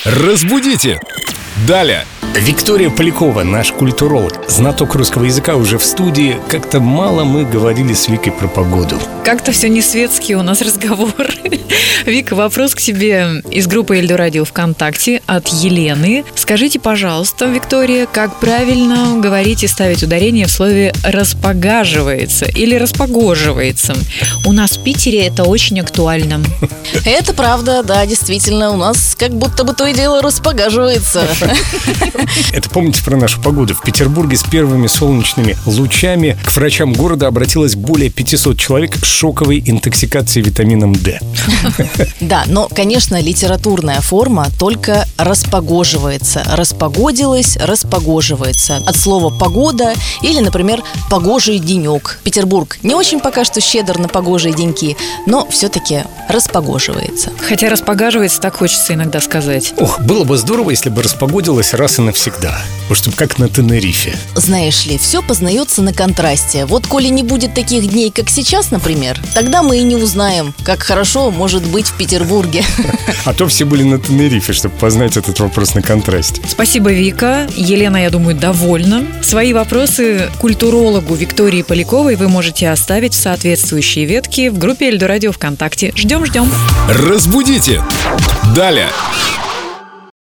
Разбудите! Далее. Виктория Полякова, наш культуролог, знаток русского языка, уже в студии. Как-то мало мы говорили с Викой про погоду. Как-то все не светский у нас разговор. Вика, вопрос к тебе из группы Эльдо Радио ВКонтакте от Елены. Скажите, пожалуйста, Виктория, как правильно говорить и ставить ударение в слове «распогаживается» или «распогоживается»? У нас в Питере это очень актуально. Это правда, да, действительно, у нас как будто бы то и дело распогаживается. Это помните про нашу погоду? В Петербурге с первыми солнечными лучами к врачам города обратилось более 500 человек с шоковой интоксикацией витамином D. Да, но, конечно, литературная форма только распогоживается. Распогодилось, распогоживается. От слова «погода» или, например, «погожий денек». Петербург не очень пока что щедр на погожие деньки, но все-таки распогоживается. Хотя распогаживается, так хочется иногда сказать. Ох, было бы здорово, если бы распогодилось раз и навсегда. Вот чтобы как на Тенерифе. Знаешь ли, все познается на контрасте. Вот коли не будет таких дней, как сейчас, например, тогда мы и не узнаем, как хорошо может быть в Петербурге. А то все были на Тенерифе, чтобы познать этот вопрос на контрасте. Спасибо, Вика. Елена, я думаю, довольна. Свои вопросы культурологу Виктории Поляковой вы можете оставить в соответствующие ветки в группе Эльдо Радио ВКонтакте. Ждем. Разбудите! Далее.